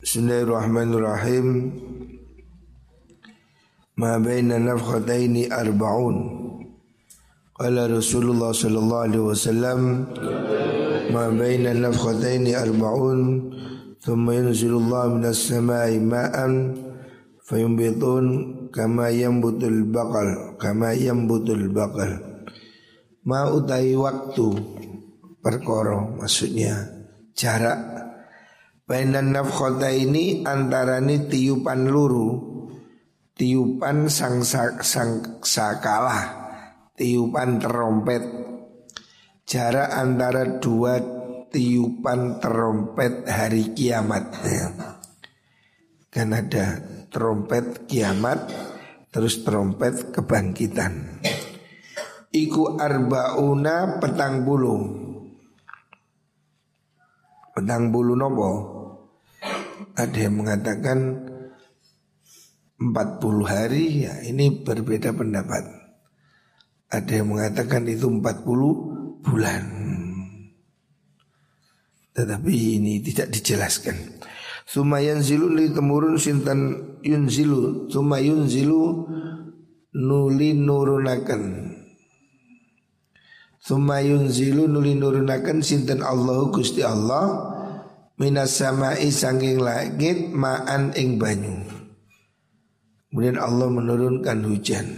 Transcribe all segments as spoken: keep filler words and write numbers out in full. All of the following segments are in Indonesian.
Bismillahirrahmanirrahim. Ma baina nafkhataini arba'un. Qala Rasulullah sallallahu alaihi wasallam, ma baina nafkhataini arba'un, thumma yanzilullah minas samai ma'an fayumbitun kama yambutul baqal kama yambutul baqal. Ma utai waktu perkara, maksudnya jarak. Bainan nafkhota ini antarane tiupan luru, tiupan sang, sang, sang sakala, tiupan terompet. Jarak antara dua tiupan terompet hari kiamat ya. Kan ada terompet kiamat, terus terompet kebangkitan. Iku arbauna petang bulu. Petang bulu nopo? Ada yang mengatakan empat puluh hari, ya ini berbeda pendapat. Ada yang mengatakan itu empat puluh bulan. Tetapi ini tidak dijelaskan. Summa yanzilu li temurun sintan yunzilu, summa yunzilu nuli nurunakan. Summa yunzilu nuli nurunakan sintan Allahu Gusti Allah minas samai sangking langit ma'an ing banyu. Kemudian Allah menurunkan hujan.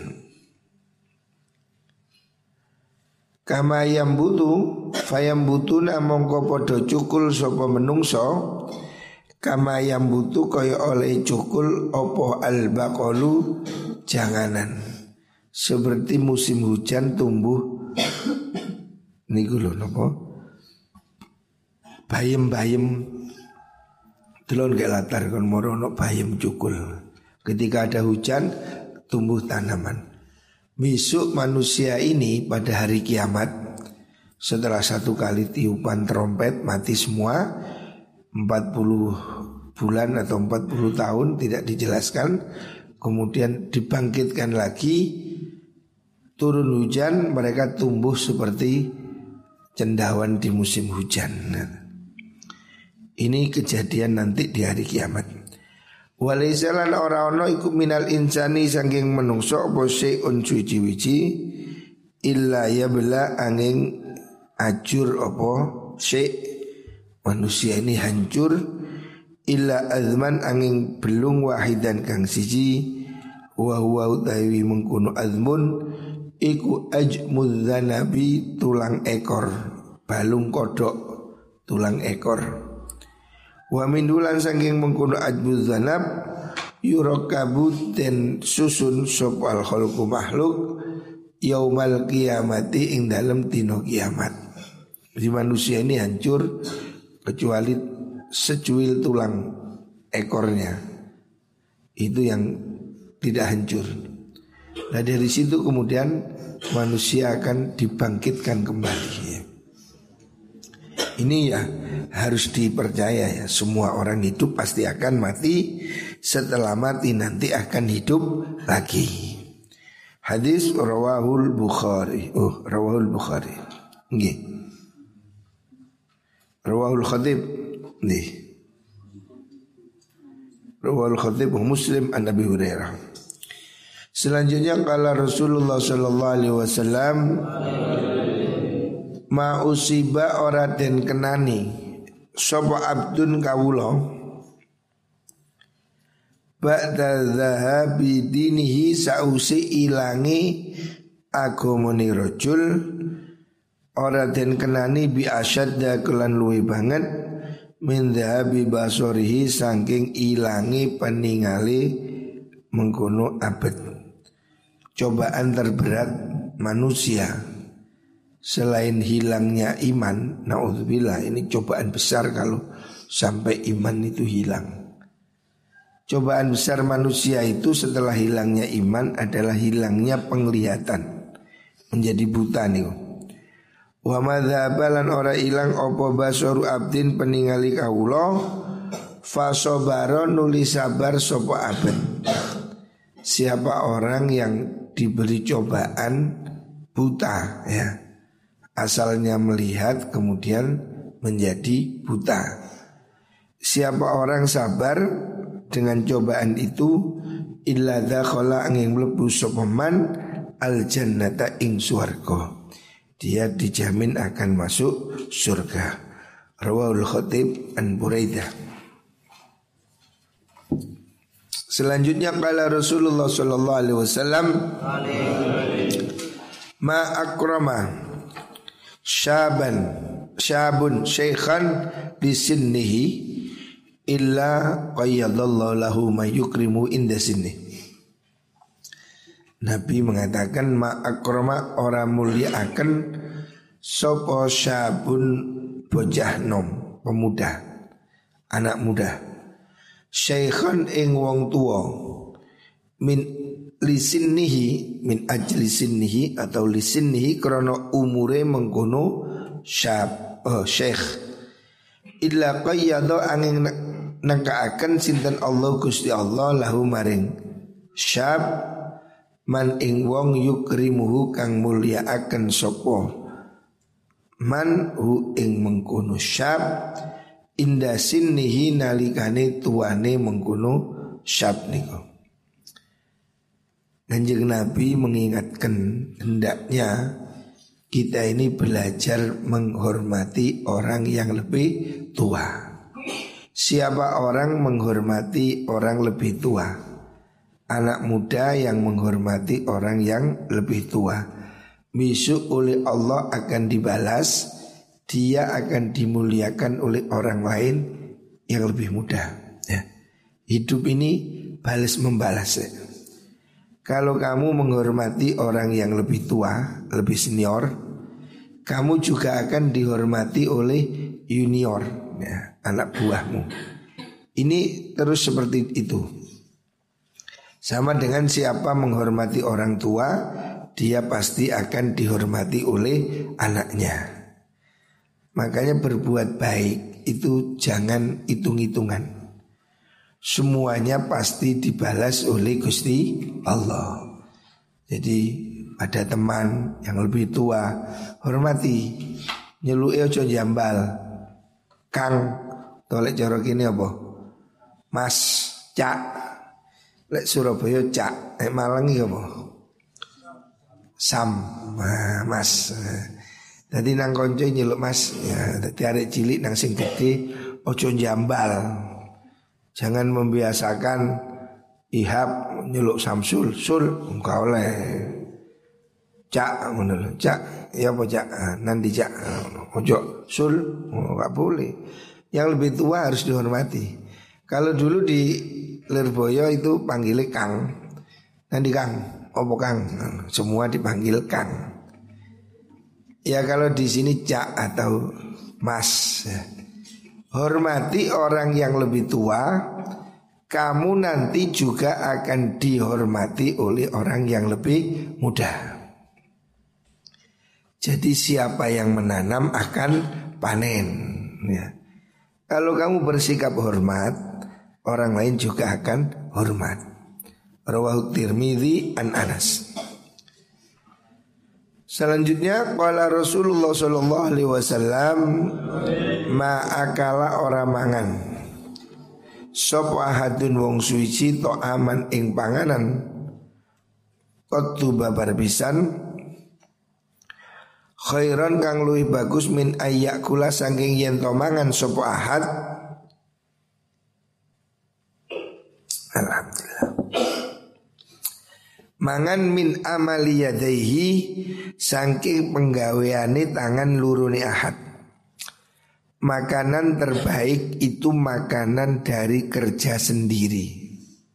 Kama yambutu fayambutuna mongko podo cukul sapa menungso. Kama yambutu kaya oleh cukul opo albaqalu janganan. Seperti musim hujan tumbuh niku lho napa? Bayem-bayem delon gak latar kon morono bayem cukul. Ketika ada hujan tumbuh tanaman. Besok manusia ini pada hari kiamat setelah satu kali tiupan trompet mati semua, empat puluh bulan atau empat puluh tahun tidak dijelaskan. Kemudian dibangkitkan lagi, turun hujan, mereka tumbuh seperti cendawan di musim hujan. Ini kejadian nanti di hari kiamat. Walaisalan ora-ono iku minal insani saking menungso apa seun suci-wici illa yabla angin ajur apa se manusia ini hancur illa azman angin belung wahidan kang siji wa huwa utawi mengkono azmun iku ajmuz zanabi tulang ekor, balung kodok tulang ekor. Wa min dulan saking mengkono ajmuz zanab yurakabu den susun sopal khalqu makhluk yaumal kiamati ing dalem dina kiamat. Di manusia ini hancur kecuali secuil tulang ekornya. Itu yang tidak hancur. Nah dari situ kemudian manusia akan dibangkitkan kembali. Ini ya harus dipercaya ya. Semua orang hidup pasti akan mati. Setelah mati nanti akan hidup lagi. Hadis rawahul Bukhari. Oh rawahul Bukhari. Nggih. Rawahul Khatib. Nggih. Rawahul Khatib Muslim an Abi Hurairah. Selanjutnya kala Rasulullah sallallahu alaihi wasallam, ma usiba ora den kenani sapa abdun kawula ba'da dhahabi dinihi sausi ilangi agamane rajul ora den kenani bi asyadda kelan luwe banget min dhahabi basorihi saking ilangi peningali mengkono abad. Cobaan terberat manusia selain hilangnya iman, naudzubillah, ini cobaan besar kalau sampai iman itu hilang. Cobaan besar manusia itu setelah hilangnya iman adalah hilangnya penglihatan, menjadi buta nih. Wa madzabalan ora ilang opo basoru abdin peningali kawula fasobaro nuli sabar sopo abad. Siapa orang yang diberi cobaan buta ya, asalnya melihat kemudian menjadi buta. siapa orang sabar dengan cobaan itu, illa dzakhala angin mlebu sapa man al jannata ing swarga. Dia dijamin akan masuk surga. Rawahul Khatib an Buraidah. Selanjutnya qala Rasulullah sallallahu alaihi wasallam, ma akrama syaban syabun syaikhan di sinnihi illa qayyadallahu lahu ma yukrimu inda sinni. Nabi mengatakan ma akrama orang mulia akan sapa syabun bocah nom, pemuda, anak muda, syaikhan ing wong tua, min lisinnihi, min ajli sinnihi atau lisinnihi karena umure mengkono syab, oh syekh, illa qayyada angin nangkaaken sinten Allah Gusti Allah lahu maring syab man ing wong yukrimuhu kang mulyaaken sapa man hu ing mengkono syab inda sinnihi nalikane tuane mengkono syab niku. Kanjeng Nabi mengingatkan hendaknya kita ini belajar menghormati orang yang lebih tua. Siapa orang menghormati orang lebih tua? Anak muda yang menghormati orang yang lebih tua, besok oleh Allah akan dibalas. Dia akan dimuliakan oleh orang lain yang lebih muda ya. Hidup ini balas membalas ya. Kalau kamu menghormati orang yang lebih tua, lebih senior, kamu juga akan dihormati oleh junior ya, anak buahmu. Ini terus seperti itu. Sama dengan siapa menghormati orang tua, dia pasti akan dihormati oleh anaknya. Makanya berbuat baik itu jangan hitung-hitungan. Semuanya pasti dibalas oleh Gusti Allah. Jadi ada teman yang lebih tua, hormati. Nyeluke aja jambal. Kang, tolek cara kene apa? Mas, Cak. Lek Surabaya Cak, lek Malang iki apa? Sam, nah, Mas. Jadi nang konco nyeluk Mas, ya dadi arek cilik nang sing gede ojo jambal. Jangan membiasakan Ihab nyeluk Samsul, Sul, enggak oleh. Cak ngono lho, Cak, ya apa Cak? Nanti Cak. Ojo Sul, enggak boleh. Yang lebih tua harus dihormati. Kalau dulu di Lirboyo itu panggilnya Kang. Nanti Kang, opo Kang? Semua dipanggil Kang. Ya kalau di sini Cak atau Mas ya. Hormati orang yang lebih tua, kamu nanti juga akan dihormati oleh orang yang lebih muda. Jadi siapa yang menanam akan panen ya. Kalau kamu bersikap hormat, orang lain juga akan hormat. Rawahu Tirmidzi an Anas. Selanjutnya qala Rasulullah sallallahu alaihi wasallam, ma akala ora mangan sop ahadun wong suci to aman ing panganan qattu babar pisan khairan kang luwih bagus min ayyakula saking yen to mangan sop ahad. Alhamdulillah. Mangan min amali yadaihi saking penggaweane tangan lurune ahad. Makanan terbaik itu makanan dari kerja sendiri.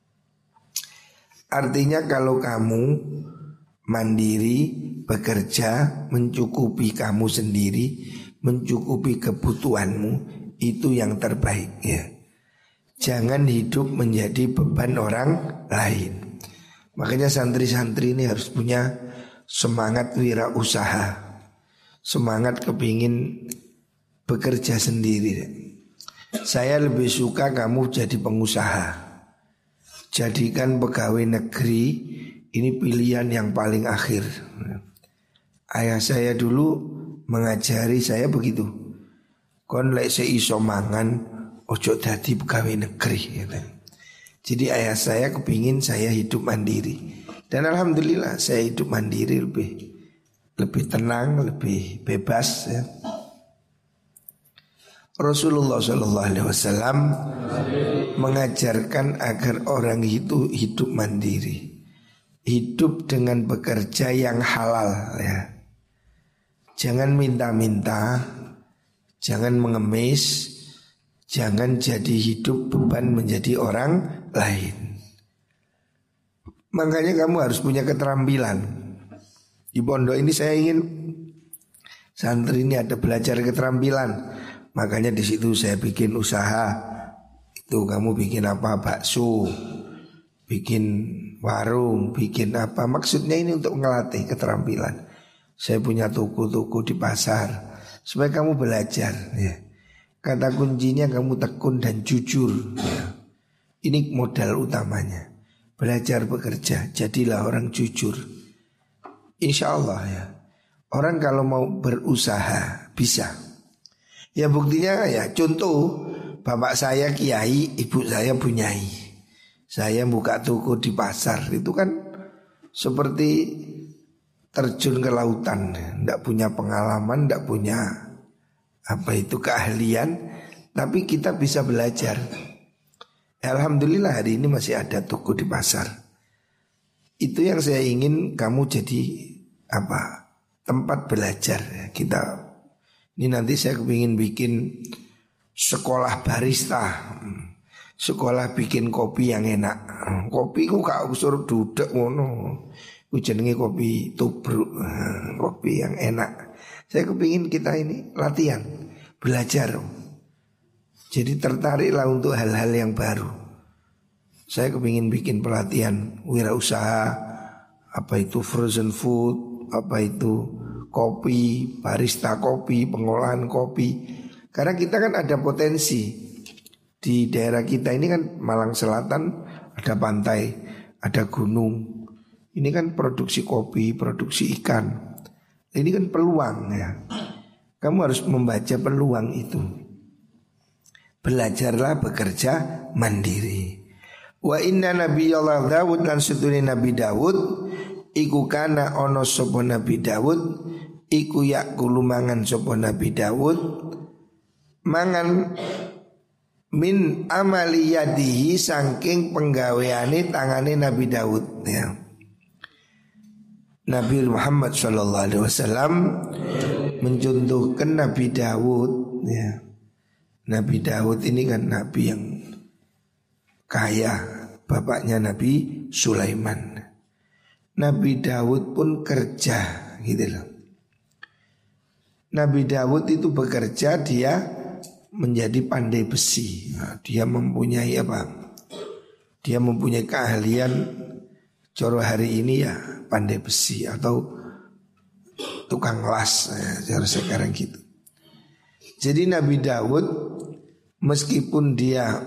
Artinya kalau kamu mandiri bekerja mencukupi kamu sendiri, mencukupi kebutuhanmu, itu yang terbaik ya. Jangan hidup menjadi beban orang lain. Makanya santri-santri ini harus punya semangat wirausaha, semangat kepingin bekerja sendiri. Saya lebih suka kamu jadi pengusaha. Jadikan pegawai negeri ini pilihan yang paling akhir. Ayah saya dulu mengajari saya begitu. Kon lek seiso mangan ojo dadi pegawai negeri gitu. Jadi ayah saya kepingin saya hidup mandiri. Dan alhamdulillah saya hidup mandiri lebih lebih tenang, lebih bebas ya. Rasulullah shallallahu alaihi wasallam mengajarkan agar orang itu hidup mandiri, hidup dengan bekerja yang halal ya. Jangan minta-minta, jangan mengemis, jangan jadi hidup beban menjadi orang lain. Makanya kamu harus punya keterampilan. Di pondok ini saya ingin santri ini ada belajar keterampilan. Makanya di situ saya bikin usaha. Itu kamu bikin apa? Bakso, bikin warung, bikin apa? Maksudnya ini untuk ngelatih keterampilan. Saya punya toko-toko di pasar supaya kamu belajar ya. Kata kuncinya kamu tekun dan jujur ya. Ini modal utamanya. Belajar bekerja, jadilah orang jujur. Insya Allah ya. Orang kalau mau berusaha bisa. Ya buktinya ya contoh, bapak saya kiai, ibu saya bunyai. Saya buka toko di pasar, itu kan seperti terjun ke lautan. Tidak punya pengalaman, tidak punya apa itu keahlian, tapi kita bisa belajar. Alhamdulillah hari ini masih ada toko di pasar. Itu yang saya ingin kamu jadi apa? Tempat belajar ya. Kita ini nanti saya kepingin bikin sekolah barista, sekolah bikin kopi yang enak. Kopi ku gak usur dudek ngono. Ku jenenge kopi tubruk, kopi yang enak. Saya kepingin kita ini latihan, belajar. Jadi tertariklah untuk hal-hal yang baru. Saya kepingin bikin pelatihan wirausaha, apa itu frozen food, apa itu kopi, barista kopi, pengolahan kopi. Karena kita kan ada potensi. Di daerah kita ini kan Malang Selatan ada pantai, ada gunung. Ini kan produksi kopi, produksi ikan. Ini kan peluang ya. Kamu harus membaca peluang itu. Belajarlah bekerja mandiri. Wa inna nabiyallah Dawud lan sedune Nabi Dawud iku kana ono sapa Nabi Dawud iku yakulu mangan sapa Nabi Dawud mangan min amali yadihi saking penggaweane tangane Nabi Dawud ya. Nabi Muhammad sallallahu alaihi wasallam mencontohkan Nabi Dawud ya. Nabi Dawud ini kan nabi yang kaya, bapaknya Nabi Sulaiman. Nabi Dawud pun kerja gitu loh. Nabi Dawud itu bekerja, dia menjadi pandai besi. Nah, dia mempunyai apa? Dia mempunyai keahlian. Coro hari ini ya pandai besi atau tukang las ya, cara sekarang gitu. Jadi Nabi Dawud meskipun dia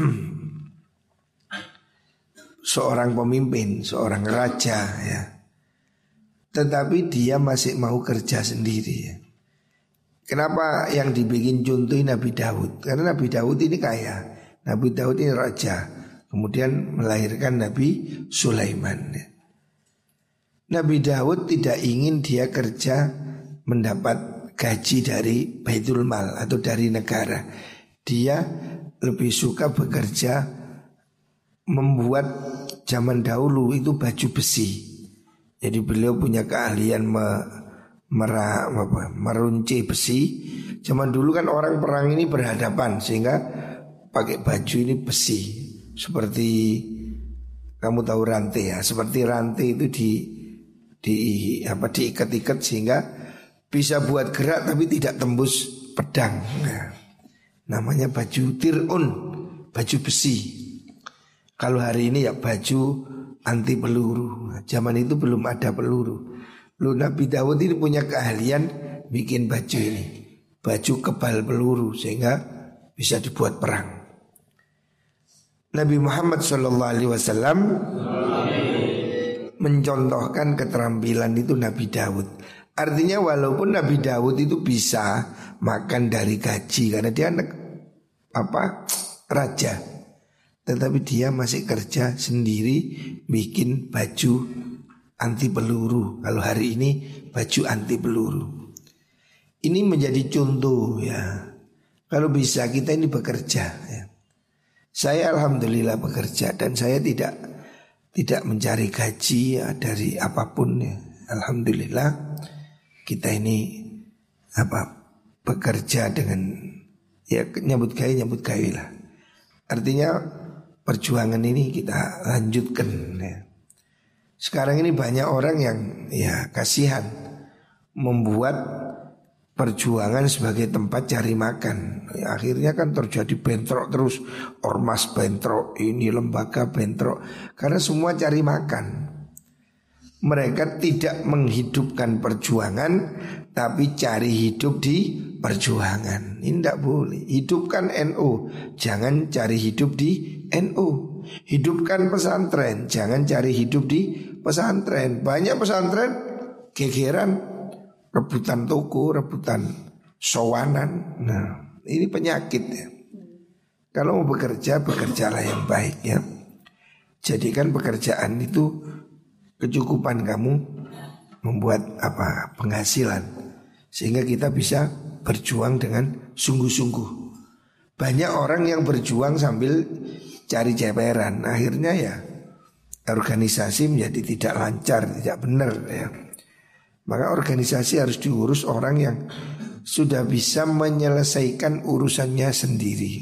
seorang pemimpin, seorang raja ya, tetapi dia masih mau kerja sendiri ya. Kenapa yang dibikin contoh Nabi Dawud? Karena Nabi Dawud ini kaya. Nabi Dawud ini raja. Kemudian melahirkan Nabi Sulaiman ya. Nabi Dawud tidak ingin dia kerja mendapat gaji dari Baitul Mal atau dari negara. Dia lebih suka bekerja membuat zaman dahulu itu baju besi. Jadi beliau punya keahlian me, mera, apa, merunci besi. Zaman dulu kan orang perang ini berhadapan sehingga pakai baju ini besi. Seperti kamu tahu rantai ya, seperti rantai itu di di apa diikat-ikat sehingga bisa buat gerak tapi tidak tembus pedang. Nah, namanya baju tir'un, baju besi. Kalau hari ini ya baju anti peluru. Nah, zaman itu belum ada peluru. Lalu Nabi Dawud ini punya keahlian bikin baju ini, baju kebal peluru sehingga bisa dibuat perang. Nabi Muhammad shallallahu alaihi wasallam mencontohkan keterampilan itu Nabi Dawud. Artinya walaupun Nabi Dawud itu bisa makan dari gaji karena dia apa raja, tetapi dia masih kerja sendiri bikin baju anti peluru. Kalau hari ini baju anti peluru. Ini menjadi contoh ya. Kalau bisa kita ini bekerja ya. Saya alhamdulillah bekerja dan saya tidak tidak mencari gaji ya, dari apapun ya. Alhamdulillah kita ini apa bekerja dengan ya nyambut gawe nyambut gawe lah. Artinya perjuangan ini kita lanjutkan ya. Sekarang ini banyak orang yang ya kasihan membuat perjuangan sebagai tempat cari makan. Ya, akhirnya kan terjadi bentrok terus, ormas bentrok, ini lembaga bentrok, karena semua cari makan. Mereka tidak menghidupkan perjuangan, tapi cari hidup di perjuangan. Ini tidak boleh. Hidupkan N U, jangan cari hidup di N U. Hidupkan pesantren, jangan cari hidup di pesantren. Banyak pesantren gegeran, rebutan toko, rebutan sowanan. Nah, ini penyakit ya. Kalau mau bekerja, bekerjalah yang baik ya. Jadikan pekerjaan itu kecukupan kamu membuat apa penghasilan, sehingga kita bisa berjuang dengan sungguh-sungguh. Banyak orang yang berjuang sambil cari ceperan, akhirnya ya organisasi menjadi tidak lancar, tidak benar ya. Maka organisasi harus diurus orang yang sudah bisa menyelesaikan urusannya sendiri.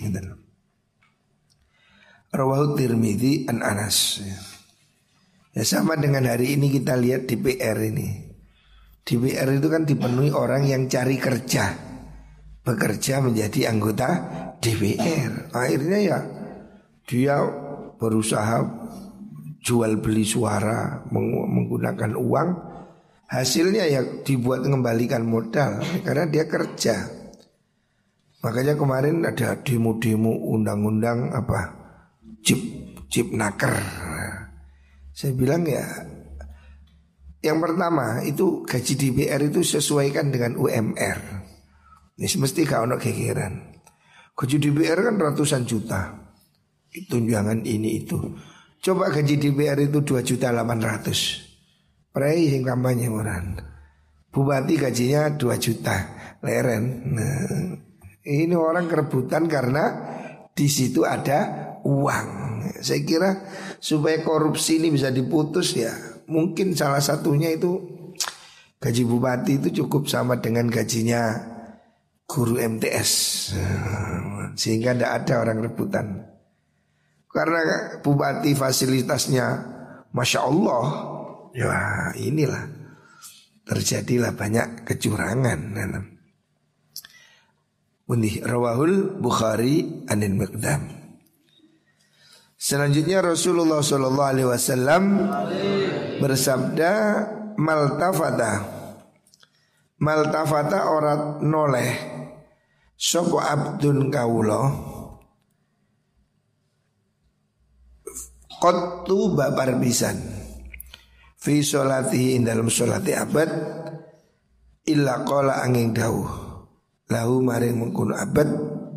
Rawahu Tirmidzi an Anas. Ya sama dengan hari ini kita lihat D P R ini. D P R itu kan dipenuhi orang yang cari kerja, bekerja menjadi anggota D P R. Akhirnya ya dia berusaha jual beli suara menggunakan uang. Hasilnya ya dibuat mengembalikan modal karena dia kerja. Makanya kemarin ada demo-demo undang-undang apa chip chip naker. Saya bilang ya, yang pertama itu gaji D P R itu sesuaikan dengan U M R. Ini semesti gak ono gegeran. Gaji D P R kan ratusan juta, tunjangan ini itu. Coba gaji D P R itu dua juta delapan ratus. Prei yang kampanye orang. Bupati gajinya dua juta, leren. Nah, ini orang kerebutan karena di situ ada uang. Saya kira supaya korupsi ini bisa diputus ya, mungkin salah satunya itu gaji bupati itu cukup sama dengan gajinya guru M T S, sehingga tidak ada orang rebutan. Karena bupati fasilitasnya Masya Allah, ya inilah terjadilah banyak kecurangan. Unih rawahul Bukhari anil Miqdam. Selanjutnya Rasulullah Shallallahu Alaihi Wasallam bersabda, maltafata, maltafata orang noleh, sopo abdun kaulo, qattu babar pisan, fi sholatihi dalam sholati abad, illa qala angin dawuh, lahu maring mengkono abad,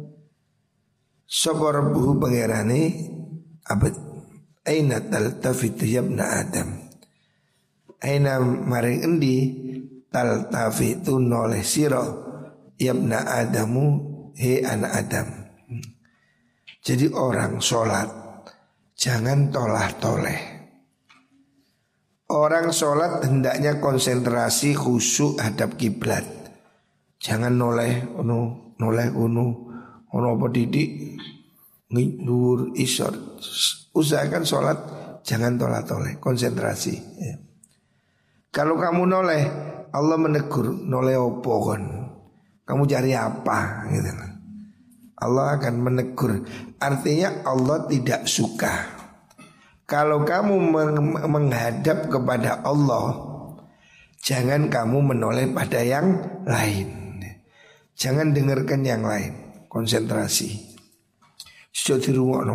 sopo rabbuhu pangerane abad, aina taltafitu yabna Adam, aina maring endi taltafitu noleh siro yabna Adamu he anak Adam. Jadi orang sholat jangan tolah-toleh. Orang sholat hendaknya konsentrasi khusyuk hadap kiblat. Jangan noleh ono noleh ono ono apa didik ngidur isor. Usahakan sholat jangan toleh-toleh, konsentrasi ya. Kalau kamu noleh, Allah menegur, noleh opo kon, kamu cari apa gitu. Allah akan menegur. Artinya Allah tidak suka kalau kamu menghadap kepada Allah, jangan kamu menoleh pada yang lain. Jangan dengarkan yang lain, konsentrasi. Sudah dirungokno.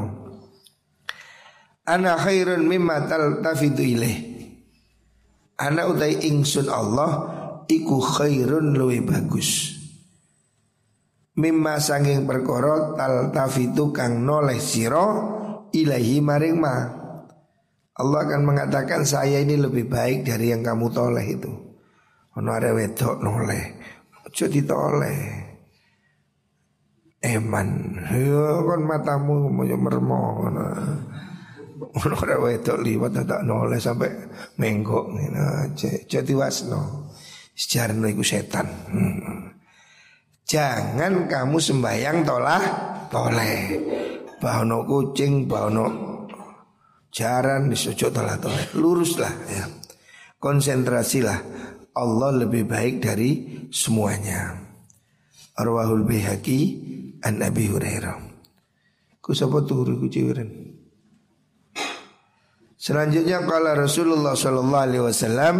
Ana khairun mimma taltafitu ilaih. Ana utai ingsun Allah iku khairun luwih bagus mimma sanging perkara taltafitu kang noleh sira ilahi maring ma. Allah akan mengatakan saya ini lebih baik dari yang kamu toleh itu. Ono arek wedok noleh, aja ditoleh. Eman, ya kon matamu moyo mermo ngono. Ono arek wedok liwat tak noleh sampai menggok ngene aja. Aja diwasno. Sejarno iku setan. Hmm. Jangan kamu sembahyang tolah toleh. Bahono kucing, bahono jaran disujud tolah toleh. Luruslah ya. Konsentrasilah. Allah lebih baik dari semuanya. Arwahul Baihaqi an Abi Hurairah. Ku sapa turu ku ciwiran. Selanjutnya qala Rasulullah sallallahu alaihi wasallam,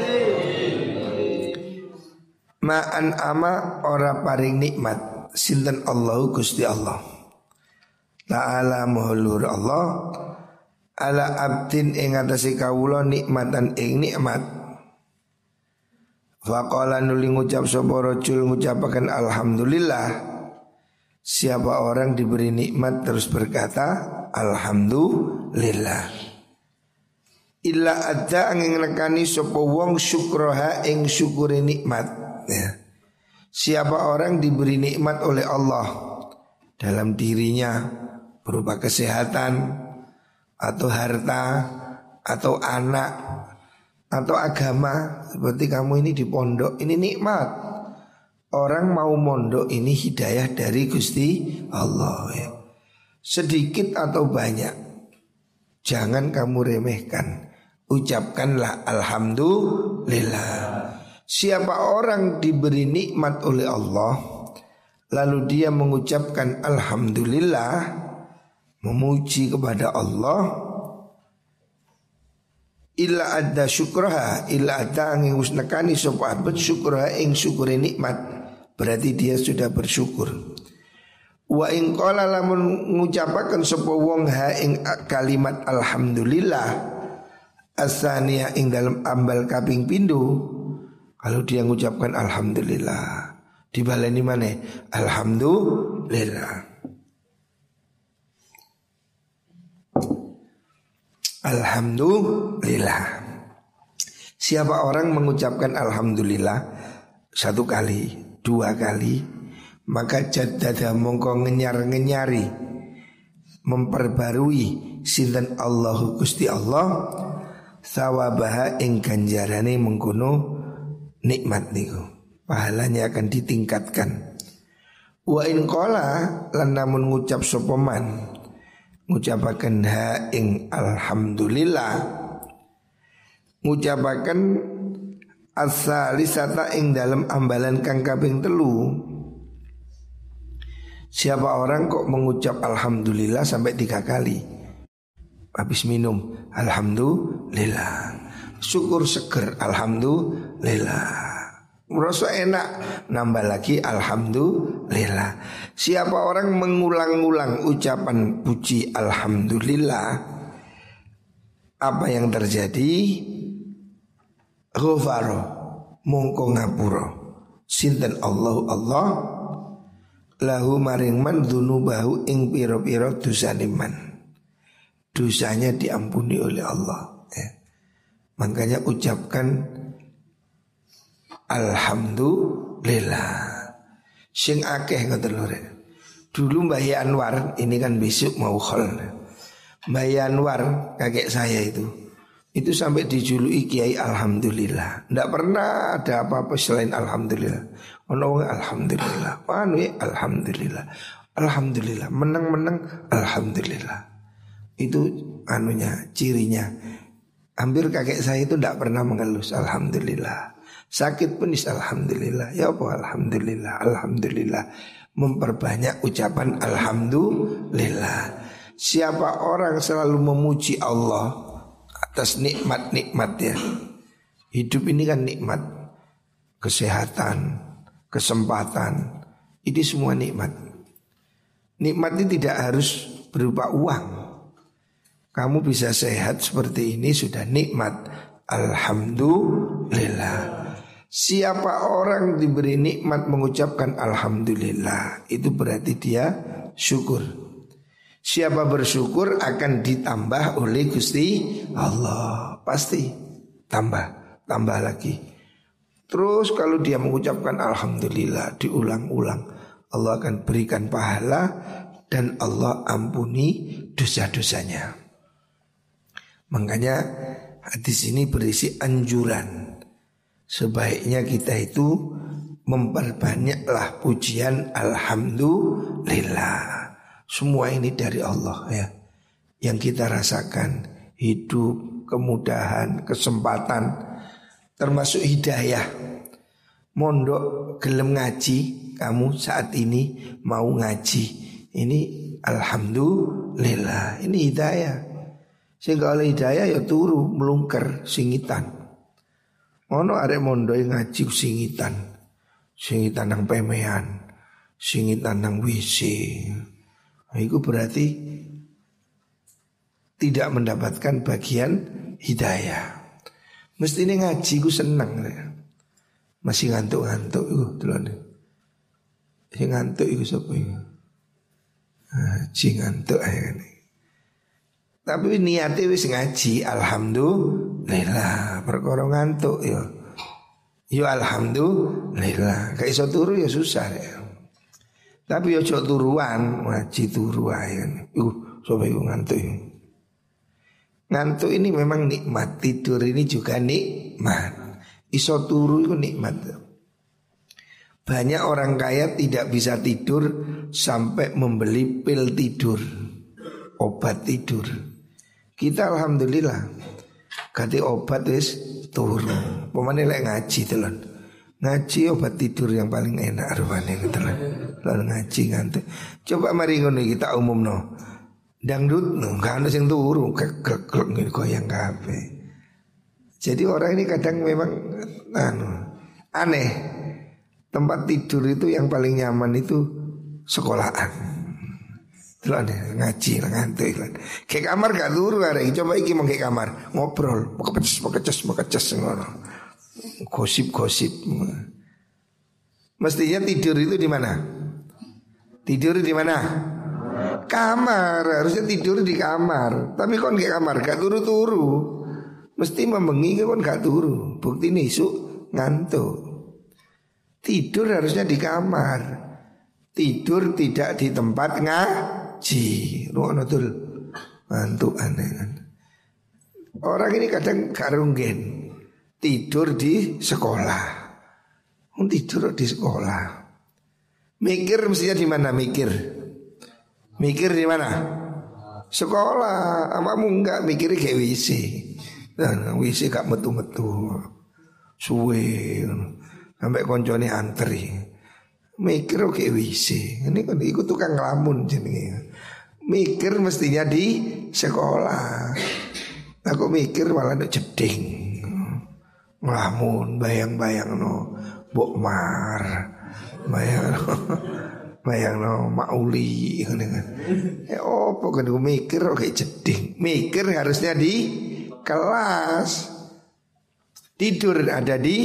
ma'an ama ora paring nikmat sinten Allahu Gusti Allah. Ta'ala muhallur Allah ala abdin ing atase kawula nikmatan ing nikmat. Faqala nuli ngucap sapa rajul ngucapaken alhamdulillah. Siapa orang diberi nikmat terus berkata alhamdulillah. Illa adda angin nekani sapa wong syukroha ing syukure nikmat ya. Siapa orang diberi nikmat oleh Allah dalam dirinya berupa kesehatan atau harta atau anak atau agama, seperti kamu ini di pondok, ini nikmat. Orang mau mondok ini hidayah dari Gusti Allah ya. Sedikit atau banyak, jangan kamu remehkan. Ucapkanlah alhamdulillah. Siapa orang diberi nikmat oleh Allah lalu dia mengucapkan alhamdulillah, memuji kepada Allah, illa adda syukraha, illa adda angin usnakani sapa abad syukraha ing syukure nikmat, berarti dia sudah bersyukur. Wa ing qala lamun ngucapaken sapa wong ha ing kalimat alhamdulillah asaniya ing dalam ambal kaping pindho, kalau dia ngucapkan alhamdulillah dibaleni maneh alhamdulillah. Alhamdulillah. Siapa orang mengucapkan alhamdulillah satu kali, dua kali, maka jaddada mongko ngenyar-ngenyari, memperbarui sinten Allahu Gusti Allah sawabaha ing ganjarane mengkono nikmat niku. Pahalanya akan ditingkatkan. Wa in qala lan namun ngucap sapa man, ngucapaken ha ing alhamdulillah, ngucapaken as-salisata ing dalam ambalan kang kaping telu. Siapa orang kok mengucap alhamdulillah sampai tiga kali, habis minum alhamdulillah, syukur seger alhamdulillah, merasa enak nambah lagi alhamdulillah. Siapa orang mengulang-ulang ucapan puji alhamdulillah, apa yang terjadi? Ghafaro mongko ngapura sinten Allah Allah lahu maring man dzunubahu ing pira-pira dosane man, dosanya diampuni oleh Allah ya. Makanya ucapkan alhamdulillah sing akeh ngoten lho. Dulu Mbah Anwar ini kan besok mau khol. Mbah Anwar kakek saya itu itu sampai dijuluki Kiai Alhamdulillah. Tidak pernah ada apa-apa selain Alhamdulillah. Ono Alhamdulillah, anu Alhamdulillah, Alhamdulillah, menang-menang Alhamdulillah. Itu anunya, cirinya. Hampir kakek saya itu tidak pernah mengelus Alhamdulillah. Sakit pun is Alhamdulillah. Ya apa Alhamdulillah, Alhamdulillah. Memperbanyak ucapan Alhamdulillah. Siapa orang selalu memuji Allah atas nikmat-nikmat ya. Hidup ini kan nikmat. Kesehatan, kesempatan, ini semua nikmat. Nikmat ini tidak harus berupa uang. Kamu bisa sehat seperti ini sudah nikmat. Alhamdulillah. Siapa orang diberi nikmat mengucapkan alhamdulillah, itu berarti dia syukur. Siapa bersyukur akan ditambah oleh Gusti Allah. Pasti tambah, tambah lagi. Terus kalau dia mengucapkan alhamdulillah diulang-ulang, Allah akan berikan pahala dan Allah ampuni dosa-dosanya. Makanya hadis ini berisi anjuran. Sebaiknya kita itu memperbanyaklah pujian alhamdulillah. Semua ini dari Allah ya. Yang kita rasakan, hidup, kemudahan, kesempatan, termasuk hidayah. Mondok gelem ngaji, kamu saat ini mau ngaji, ini alhamdulillah, ini hidayah. Sehingga oleh hidayah ya turu melungker singitan. Ono arek mondo ngaji singitan, singitan nang pemean, singitan nang W C. Nah, itu berarti tidak mendapatkan bagian hidayah. Mesti ini ngaji ku seneng ya. Masih ngantuk-ngantuk itu delone. Sing ngantuk iku sapa iku? Ngaji ngantuk ae. Tapi niate wis ngaji alhamdulillah, perkara ngantuk ya. Ya alhamdulillah, gak iso turu ya susah ya. Tapi ya ojo turuan, ngaji turu ae. Uh, sapa iku ngantuk. Ngantuk ini memang nikmat, tidur ini juga nikmat. Iso turu itu nikmat. Banyak orang kaya tidak bisa tidur sampai membeli pil tidur, obat tidur. Kita alhamdulillah ganti obat wis turu. Pemane lek ngaji telan. Ngaji obat tidur yang paling enak rupane telan. Lalu ngaji ngantuk. Coba mari ngono kita umumno. Dangdut no, gak ada yang turu, keklek goyang kabeh. Jadi orang ini kadang memang anu, aneh. Tempat tidur itu yang paling nyaman itu sekolahan. Telan ngaji ngantuk kan. Kayak kamar gak turu arek. Coba iki mau kayak kamar ngobrol, mau kepecus, mau kecus, mau kecus ngono. Gosip-gosip. Mestinya tidur itu di mana? Tidur di mana? Kamar, harusnya tidur di kamar. Tapi kon kayak kamar gak turu-turu. Mesti membengi kon gak turu. Bukti nisuk ngantuk. Tidur harusnya di kamar. Tidur tidak di tempat ngaji. Ruang betul ngantuk aneh kan. Orang ini kadang karunggen tidur di sekolah. Tidur di sekolah. Mikir mestinya di mana mikir? Mikir di mana? Sekolah. Amamu enggak mikir kayak W C. Nah, W C gak metu-metu. Suwe. Sampai koncone antri. Mikir kayak W C. Ini kan ikut tukang ngelamun jenenge. Mikir mestinya di sekolah. Aku mikir malah nduk jeding. Ngelamun, bayang-bayang no Bok Mar. Bayang no Bayang no mauli kan. Eh opo kan gue mikir oke jeding. Mikir harusnya di kelas. Tidur ada di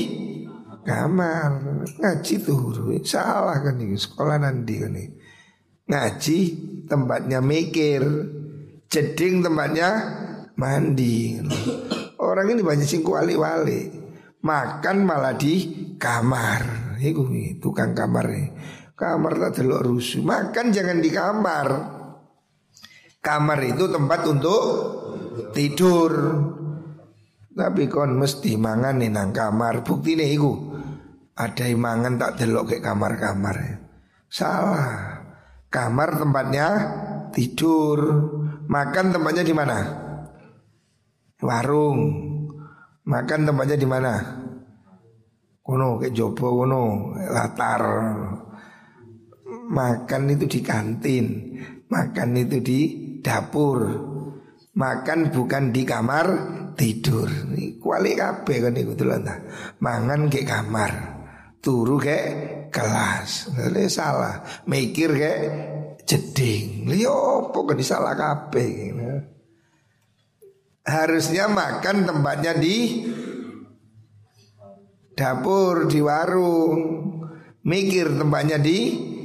kamar. Ngaji turu. Salah kan nih sekolah nanti kan nih. Ngaji tempatnya mikir. Jeding tempatnya mandi. Orang ini banyak sing wali-wali. Makan malah di kamar. Iku tukang kamar nih. Kamar tak delok rusuh. Makan jangan di kamar. Kamar itu tempat untuk tidur. Tapi kon mesti mangan nih nang kamar. Bukti nih iku. Ada yang mangan tak delok kayak kamar-kamar. Salah. Kamar tempatnya tidur. Makan tempatnya di mana? Warung. Makan tempatnya di mana? Kono kayak jopo kono latar. Makan itu di kantin. Makan itu di dapur. Makan bukan di kamar tidur. Kuali kabeh kan iku dolan ta. Mangan ke kamar. Turu ke kelas. Lha salah. Mikir ke jeding. Lha opo kan salah kabeh. Harusnya makan tempatnya di dapur di warung, mikir tempatnya di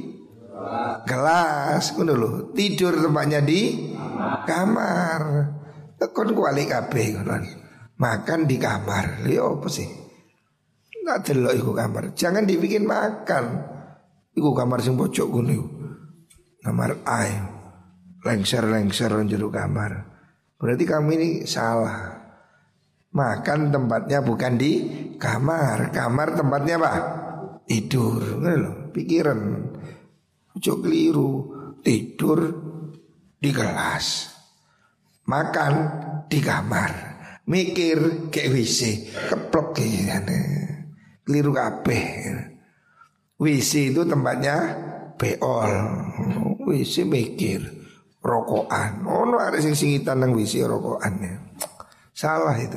kelas, ngono lho. Tidur tempatnya di kamar. Tekon kuali kabeh ngono. Makan di kamar. Lha apa sih? Nggak delok iku kamar. Jangan dibikin makan. Iku kamar sing pojok ngono iku. Kamar A. Lengser-lengser jero kamar. Berarti kamu ini salah. Makan tempatnya bukan di kamar. Kamar tempatnya apa? Tidur. Ngono lho, pikiran. Ojo keliru. Tidur di kelas. Makan di kamar. Mikir kayak W C. Keplok kayaknya. Keliru kabeh. W C itu tempatnya beol. W C mikir rokokan. Oh no ada sing singitan nang W C rokokannya. Salah itu.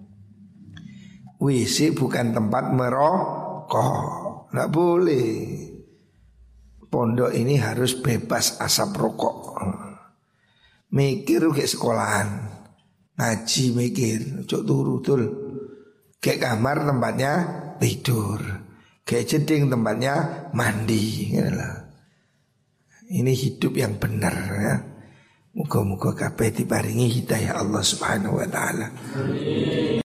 W C bukan tempat merokok. Nggak boleh. Pondok ini harus bebas asap rokok. Mikir kayak sekolahan. Ngaji mikir. Cok turu tul. Kayak kamar tempatnya tidur. Kayak jeding tempatnya mandi. Ini hidup yang benar ya. Muka-muka kabeh diparingi hidayah Allah Subhanahu wa taala.